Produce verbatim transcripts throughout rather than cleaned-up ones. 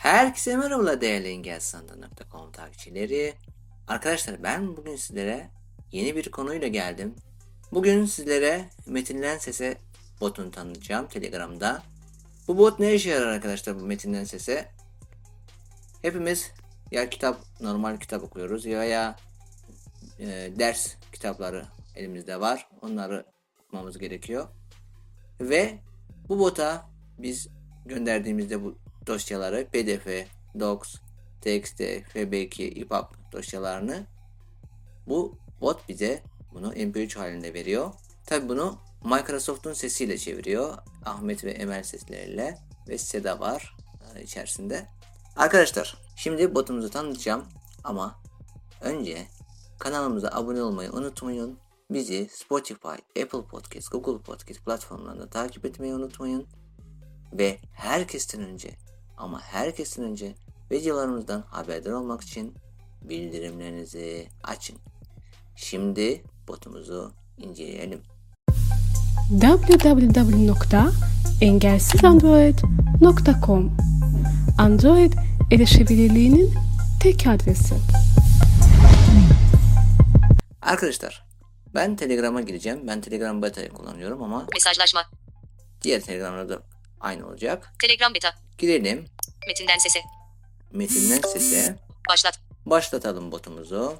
Herkese merhaba değerli engelsandı nokta com takipçileri. Arkadaşlar ben bugün sizlere yeni bir konuyla geldim. Bugün sizlere Metinden Ses'e botunu tanıtacağım Telegram'da. Bu bot ne işe yarar arkadaşlar bu Metinden Ses'e? Hepimiz ya kitap, normal kitap okuyoruz ya ya e, ders kitapları elimizde var. Onları okumamız gerekiyor. Ve bu bota biz gönderdiğimizde bu dosyaları P D F, Docs, T X T, F B iki, E P U B dosyalarını bu bot bize bunu M P üç halinde veriyor. Tabi bunu Microsoft'un sesiyle çeviriyor. Ahmet ve Emel sesleriyle ve Seda var içerisinde. Arkadaşlar şimdi botumuzu tanıtacağım ama önce kanalımıza abone olmayı unutmayın. Bizi Spotify, Apple Podcast, Google Podcast platformlarında takip etmeyi unutmayın. Ve herkesten önce ama herkesten önce videolarımızdan haberdar olmak için bildirimlerinizi açın. Şimdi botumuzu inceleyelim. double-u double-u double-u nokta engelsizandroid nokta com Android erişebilirliğinin tek adresi. Arkadaşlar ben Telegram'a gireceğim. Ben Telegram Beta'yı kullanıyorum ama mesajlaşma. Diğer Telegram'da da aynı olacak. Telegram Beta. Girelim. Metinden sese. Metinden sese. Başlat. Başlatalım botumuzu.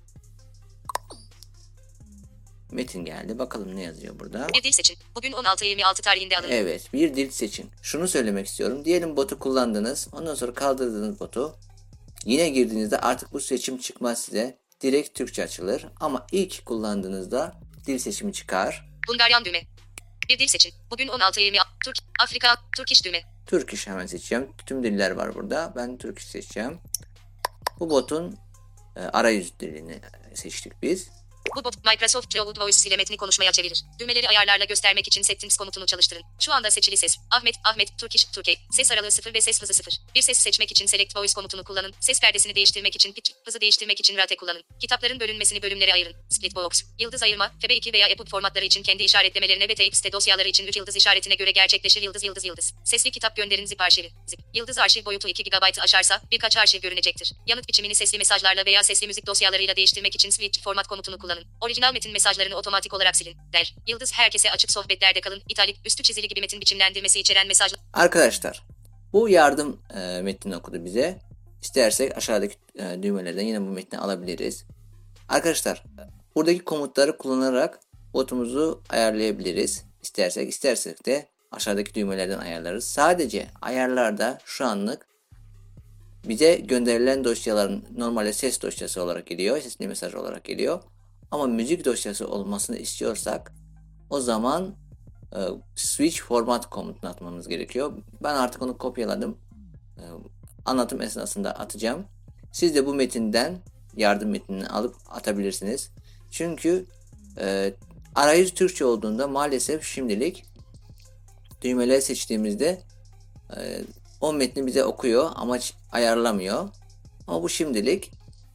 Metin geldi. Bakalım ne yazıyor burada. Bir dil seçin. Bugün on altı yirmi altı tarihinde alındı. Evet, bir dil seçin. Şunu söylemek istiyorum. Diyelim botu kullandınız. Ondan sonra kaldırdınız botu. Yine girdiğinizde artık bu seçim çıkmaz size. Direkt Türkçe açılır. Ama ilk kullandığınızda dil seçimi çıkar. Bulgaryan düğme. Bir dil seçin. Bugün on altı yirmi Türk, Afrika, Turkish düğme. Turkish hemen seçeceğim. Tüm diller var burada. Ben Turkish seçeceğim. Bu botun e, arayüz dilini seçtik biz. Bu bot Microsoft Cloud Voice ile metni konuşmaya çevirir. Düğmeleri ayarlarla göstermek için settings komutunu çalıştırın. Şu anda seçili ses. Ahmet, Ahmet, Turkish, Türkiye. Ses aralığı sıfır ve ses hızı sıfır. Bir ses seçmek için select voice komutunu kullanın. Ses perdesini değiştirmek için pitch, hızı değiştirmek için rate kullanın. Kitapların bölünmesini bölümlere ayırın. Split box, yıldız ayırma, F B iki veya E P U B formatları için kendi işaretlemelerine ve T X T dosyaları için üç yıldız işaretine göre gerçekleşir yıldız yıldız yıldız. Sesli kitap gönderin zip arşivi. Zip. Yıldız arşiv boyutu iki gigabaytı aşarsa birkaç arşiv görünecektir. Yanıt biçimini sesli mesajlarla veya sesli müzik dosyalarıyla değiştirmek için switch format komutunu kullanın. Orijinal metin mesajlarını otomatik olarak silin. Der. Yıldız herkese açık sohbetlerde kalın. İtalik, üstü çizili gibi metin biçimlendirmesi içeren mesajlar. Arkadaşlar bu yardım e, metnini okudu bize. İstersek aşağıdaki e, düğmelerden yine bu metni alabiliriz. Arkadaşlar buradaki komutları kullanarak botumuzu ayarlayabiliriz. İstersek istersek de aşağıdaki düğmelerden ayarlarız. Sadece ayarlarda şu anlık bize gönderilen dosyaların normalde ses dosyası olarak geliyor. Sesli mesaj olarak geliyor. Ama müzik dosyası olmasını istiyorsak o zaman e, switch format komutunu atmamız gerekiyor. Ben artık onu kopyaladım. E, anlatım esnasında atacağım. Siz de bu metinden yardım metnini alıp atabilirsiniz. Çünkü e, arayüz Türkçe olduğunda maalesef şimdilik düğmeleri seçtiğimizde e, o metni bize okuyor ama ayarlamıyor. Ama bu şimdilik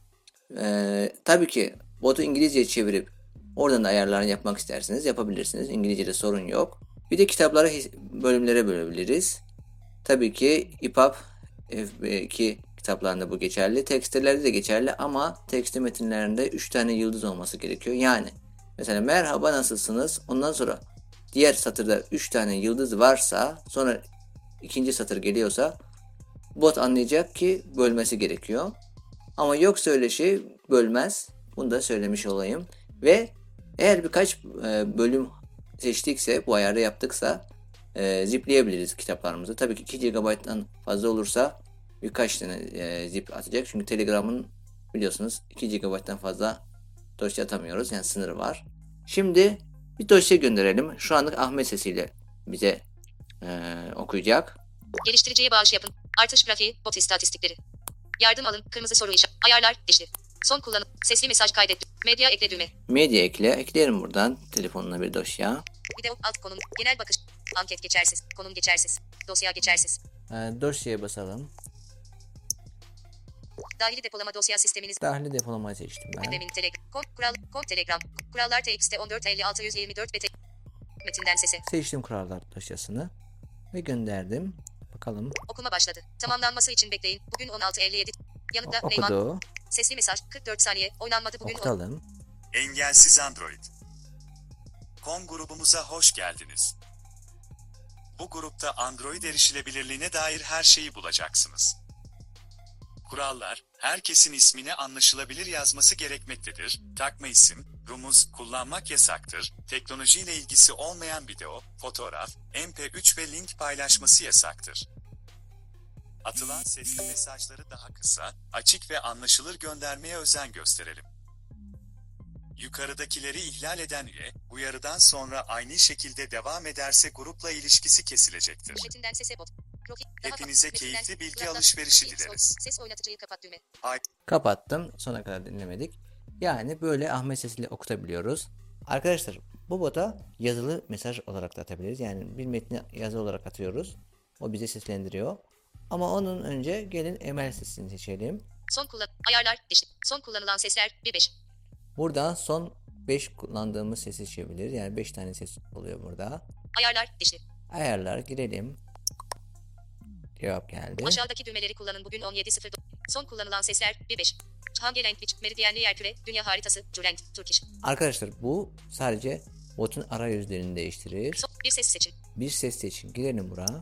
e, tabii ki botu İngilizceye çevirip oradan da ayarlarını yapmak isterseniz yapabilirsiniz. İngilizce'de sorun yok. Bir de kitapları bölümlere bölebiliriz. Tabii ki E P U B F B iki kitaplarında bu geçerli. Tekstlerde de geçerli ama tekst metinlerinde üç tane yıldız olması gerekiyor. Yani mesela merhaba nasılsınız? Ondan sonra diğer satırda üç tane yıldız varsa sonra ikinci satır geliyorsa bot anlayacak ki bölmesi gerekiyor. Ama yoksa öyle şey bölmez. Bunu da söylemiş olayım. Ve eğer birkaç e, bölüm seçtikse, bu ayarı yaptıksa e, zipleyebiliriz kitaplarımızı. Tabii ki iki gigabayttan fazla olursa birkaç tane e, zip atacak. Çünkü Telegram'ın biliyorsunuz iki gigabayttan fazla dosya atamıyoruz. Yani sınırı var. Şimdi bir dosya gönderelim. Şu anlık Ahmet sesiyle bize e, okuyacak. Geliştiriciye bağış yapın. Artış grafiği, bot istatistikleri. Yardım alın, kırmızı soru işareti. Ayarlar, dişli. Son kullanım. Sesli mesaj kaydet. Medya ekle düğme. Medya ekle. Ekleyelim buradan telefonuna bir dosya. Video alt konum. Genel bakış. Anket geçersiz. Konum geçersiz. Dosya geçersiz. E, dosyaya basalım. Dahili depolama dosya sisteminiz. Dahili depolamayı seçtim ben. Demin Telegram. Kom, kural, kom Telegram. Kurallar T X T on dört elli altı yüz yirmi dört ve te- Metinden sese. Seçtim kurallar dosyasını ve gönderdim. Bakalım. Okuma başladı. Tamamlanması için bekleyin. Bugün on altı elli yedi. Yanıtla O- Neyman. Okudu. Sesli mesaj kırk dört saniye. Oynanmadı bugün. on- Okutalım. Engelsiz Android. Com grubumuza hoş geldiniz. Bu grupta Android erişilebilirliğine dair her şeyi bulacaksınız. Kurallar, herkesin ismini anlaşılabilir yazması gerekmektedir. Takma isim, rumuz kullanmak yasaktır. Teknolojiyle ilgisi olmayan video, fotoğraf, M P üç ve link paylaşması yasaktır. Atılan sesli mesajları daha kısa, açık ve anlaşılır göndermeye özen gösterelim. Yukarıdakileri ihlal eden üye, uyarıdan sonra aynı şekilde devam ederse grupla ilişkisi kesilecektir. Metinden sese bot. Profil. Daha Hepinize metinden- keyifli bilgi Kulaktan- alışverişi Ses- dileriz. Ses oynatıcıyı kapat düğme. Kapattım. Sona kadar dinlemedik. Yani böyle Ahmet sesiyle okutabiliyoruz. Arkadaşlar bu bota yazılı mesaj olarak da atabiliriz. Yani bir metni yazı olarak atıyoruz. O bize seslendiriyor. Ama onun önce gelin Emel sesini seçelim. Son kullan. Ayarlar. Dişli. Son kullanılan sesler. bir beş. Buradan son beş kullandığımız sesi seçebiliriz. Yani beş tane ses oluyor burada. Ayarlar. Dişli. Ayarlar girelim. Cevap geldi. Aşağıdaki düğmeleri kullanın. Bugün on yedi sıfır. Son kullanılan sesler. bir beş. Hangi language? Meridyenli yerküre. Dünya haritası. Juland. Turkish. Arkadaşlar bu sadece botun arayüzlerini değiştirir. Son. Bir ses seçin. Bir ses seçin. Girelim buraya.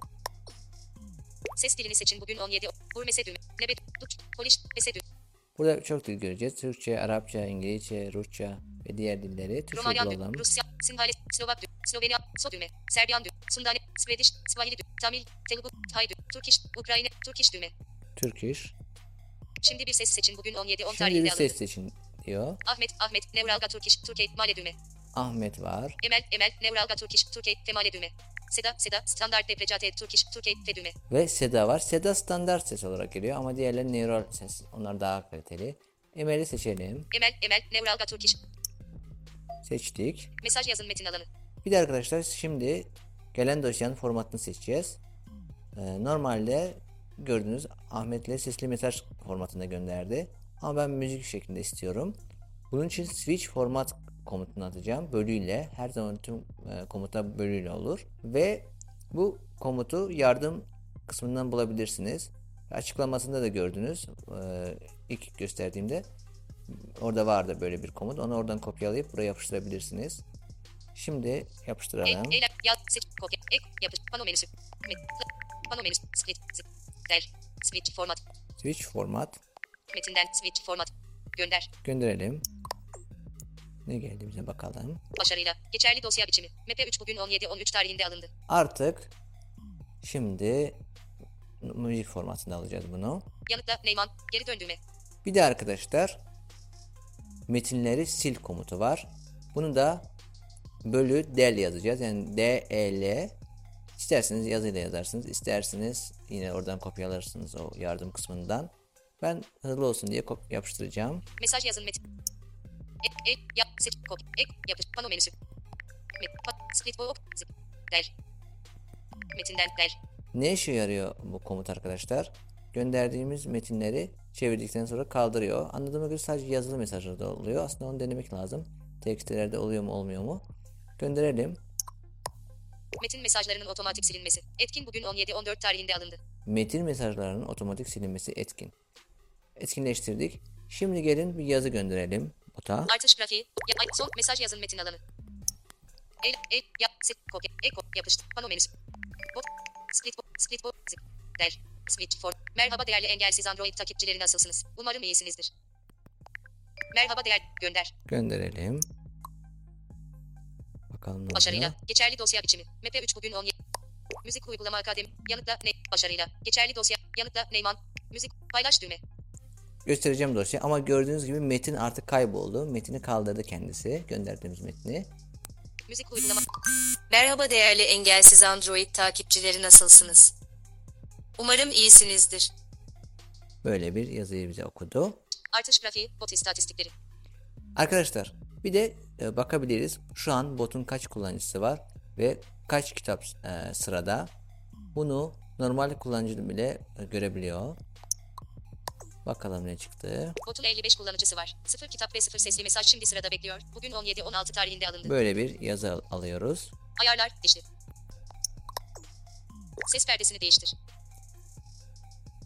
Ses dilini seçin. Bugün on yedi. Burmese düğme. Nebet. Dutch. Polish. Mese düğme. Burada çok dil göreceğiz. Türkçe, Arapça, İngilizce, Rusça ve diğer dilleri. Türkçe Romanyan bulalım. düğme. Rusya. Sinhale. Slovak düğme. Slovenya. So düğme. Serbiyan düğme. Sundane. Swedish. Swahili düğme. Tamil. Telugu. Tay düğme. Turkish. Ukrayna. Turkish düğme. Turkish. Şimdi bir ses seçin. Bugün on yedi on Şimdi tarihinde bir alındı. ses seçin diyor. Ahmet. Ahmet. Nevralga Turkish. Türkiye. Male düğme. Ahmet var. Emel. Emel. Nevralga Turkish. Türkiye. Temale düğme. Seda. Seda. Standart deprecate Turkish. Türkiye. Fe düğme. Ve Seda var. Seda standart ses olarak geliyor ama diğerleri neural ses. Onlar daha kaliteli. Emel'i seçelim. Emel. Emel. Nevralga Turkish. Seçtik. Mesaj yazın metin alanı. Bir de arkadaşlar şimdi gelen dosyanın formatını seçeceğiz. Ee, normalde gördüğünüz Ahmet'le sesli mesaj formatında gönderdi. Ama ben müzik şeklinde istiyorum. Bunun için switch format komutunu atacağım. Bölüyle. Her zaman tüm e, komutlar bölüyle olur. Ve bu komutu yardım kısmından bulabilirsiniz. Açıklamasında da gördünüz. Ee, ilk gösterdiğimde orada vardı böyle bir komut. Onu oradan kopyalayıp buraya yapıştırabilirsiniz. Şimdi Ek, yapıştıralım. eylem, yaz, seç, kopya, ek, yapış, pano menüsü, met, pano menüsü, split, zip, der, switch format, Switch format. metinden switch format, gönder, Gönderelim. Ne geldi bize bakalım. başarıyla, geçerli dosya biçimi, M P üç bugün on yedi on üç tarihinde alındı, Artık şimdi müzik formatında alacağız bunu. yanıtla Neyman, geri dön düğme, Bir de arkadaşlar metinleri sil komutu var. Bunu da bölü del yazacağız. Yani D E L. İsterseniz yazıyla yazarsınız. İsterseniz yine oradan kopyalarsınız o yardım kısmından. Ben hızlı olsun diye kop- yapıştıracağım. mesaj yazın metin, ek, ek, yap, seç, kopya, ek, yapış, pano menüsü, met, pa, split, o, zip, der, metinden der, Ne işe yarıyor bu komut arkadaşlar? Gönderdiğimiz metinleri çevirdikten sonra kaldırıyor. Anladığıma göre sadece yazılı mesajlarda oluyor. Aslında onu denemek lazım. Tekstlerde oluyor mu olmuyor mu? Gönderelim. metin mesajlarının otomatik silinmesi, etkin bugün on yedi on dört tarihinde alındı, Metin mesajlarının otomatik silinmesi etkin. Etkinleştirdik. Şimdi gelin bir yazı gönderelim bota. artış grafiği, ya, ay, son, mesaj yazın metin alanı, el, el, yap, seç, kopya, ek, kop, yapıştır, pano menüsü, bot, split, bot, split, bot, zip, der, switch for, merhaba değerli engelsiz Android takipçileri nasılsınız, umarım iyisinizdir, merhaba değer, gönder, Gönderelim. Bakalım ne başarıyla, oluyor. geçerli dosya biçimi, M P üç bugün on yedi, müzik uygulama akademi, yanıtla ne, başarıyla, geçerli dosya, yanıtla Neyman, müzik, paylaş düğme, Göstereceğim dosya ama gördüğünüz gibi metin artık kayboldu. Metini kaldırdı kendisi. Gönderdiğimiz metni. müzik uygulama, merhaba değerli engelsiz Android takipçileri nasılsınız, umarım iyisinizdir, Böyle bir yazıyı bize okudu. artış grafiği, bot istatistikleri, Arkadaşlar bir de e, bakabiliriz. Şu an botun kaç kullanıcısı var ve kaç kitap e, sırada. Bunu normal kullanıcı bile e, görebiliyor. Bakalım ne çıktı. botun elli beş kullanıcısı var, sıfır kitap ve sıfır sesli mesaj şimdi sırada bekliyor, bugün on yedi on altı tarihinde alındı, Böyle bir yazı al- alıyoruz. ayarlar, dişli, ses perdesini değiştir,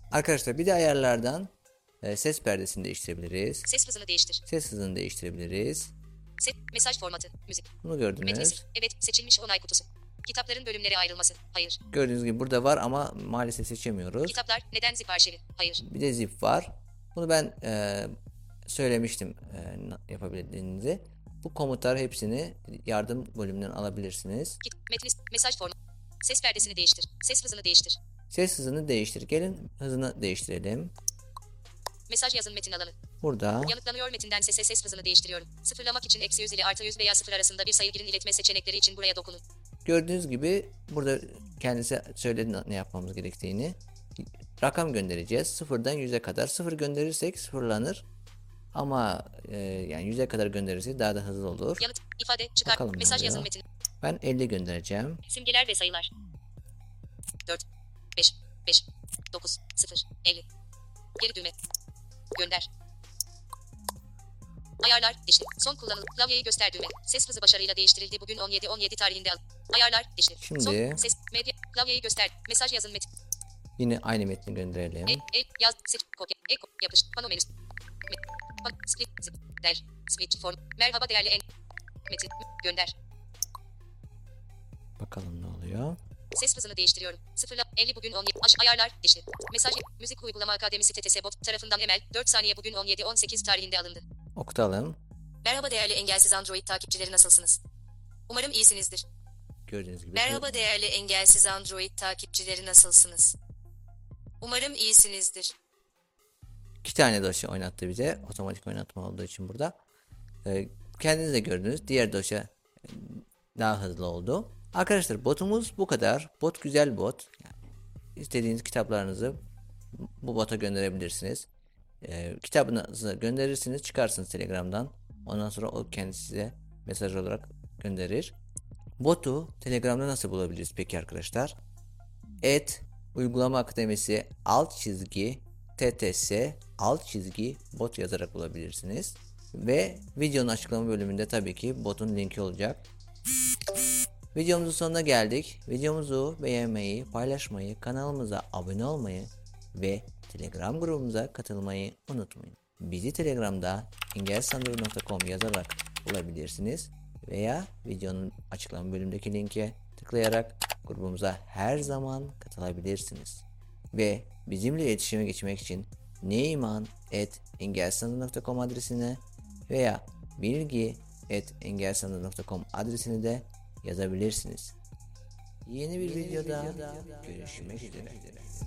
Arkadaşlar bir de ayarlardan e, ses perdesini değiştirebiliriz. Ses hızını değiştir. Ses hızını değiştirebiliriz. Se mesaj formatı. Müzik. Bunu gördünüz. Metnisi. Evet. Seçilmiş onay kutusu. Kitapların bölümlere ayrılması. Hayır. Gördüğünüz gibi burada var ama maalesef seçemiyoruz. Kitaplar. Neden zip arşivi? Hayır. Bir de zip var. Bunu ben e, söylemiştim e, yapabildiğinizi. Bu komutlar hepsini yardım bölümünden alabilirsiniz. Kit metnis mesaj formu. Ses perdesini değiştir. Ses hızını değiştir. Ses hızını değiştir. Gelin hızını değiştirelim. Mesaj yazın metin alanı. Burada Yanıtlanıyor metinden sese ses hızını değiştiriyorum. Sıfırlamak için eksi yüz ile artı yüz veya sıfır arasında bir sayı girin, iletme seçenekleri için buraya dokunun. gördüğünüz gibi burada kendisi söyledi ne yapmamız gerektiğini. Rakam göndereceğiz. Sıfırdan yüze kadar. Sıfır gönderirsek sıfırlanır. Ama e, yani yüze kadar gönderirsek daha da hızlı olur. Yanıt, ifade, çıkar, Bakalım ne mesaj oluyor. yazın metin. Ben elli göndereceğim. Simgeler ve sayılar. dört, beş, beş, dokuz, sıfır, elli. Geri düğme. Gönder. Ayarlar, dişli. Son kullanılım. Klavyeyi göster düğme. Ses hızı başarıyla değiştirildi. Bugün on yedi on yedi tarihinde al. Ayarlar, dişli. Şimdi- Son, ses, medya, klavyeyi göster. Mesaj yazın metin. Yine aynı metni gönderelim. E, e, yaz, seç, kopya, e, ko- yapış, pano menüsü. Me, pan, split, zip, der, switch form. Merhaba değerli en. Metin, gönder. Bakalım ne oluyor. Ses hızını değiştiriyorum. Sıfırla, elli bugün on yedi. Aş, ayarlar, dişli. Mesaj, müzik uygulama akademisi T T S bot tarafından Emel, dört saniye bugün on yedi on sekiz tarihinde alındı. Okutalım. Merhaba değerli engelsiz Android takipçileri, nasılsınız? Umarım iyisinizdir. Gördüğünüz gibi. Merhaba değerli engelsiz Android takipçileri, nasılsınız? Umarım iyisinizdir. İki tane dosya oynattı bize. Otomatik oynatma olduğu için burada. Ee, kendiniz de gördünüz. Diğer dosya e, daha hızlı oldu. Arkadaşlar botumuz bu kadar. Bot güzel bot. Yani istediğiniz kitaplarınızı bu bota gönderebilirsiniz. Ee, kitabınızı gönderirsiniz. Çıkarsınız Telegram'dan. Ondan sonra o kendisi size mesaj olarak gönderir. Botu Telegram'da nasıl bulabiliriz peki arkadaşlar? Et uygulama akademisi alt çizgi tts alt çizgi bot yazarak bulabilirsiniz. Ve videonun açıklama bölümünde tabii ki botun linki olacak. Videomuzun sonuna geldik. Videomuzu beğenmeyi, paylaşmayı, kanalımıza abone olmayı ve Telegram grubumuza katılmayı unutmayın. Bizi Telegram'da engelsizandroid nokta com yazarak bulabilirsiniz veya videonun açıklama bölümündeki linke tıklayarak grubumuza her zaman katılabilirsiniz. Ve bizimle iletişime geçmek için neyman at engelsizandroid nokta com adresine veya bilgi at engelsizandroid nokta com adresine de yazabilirsiniz. Yeni bir Yeni videoda, videoda görüşmek üzere. üzere.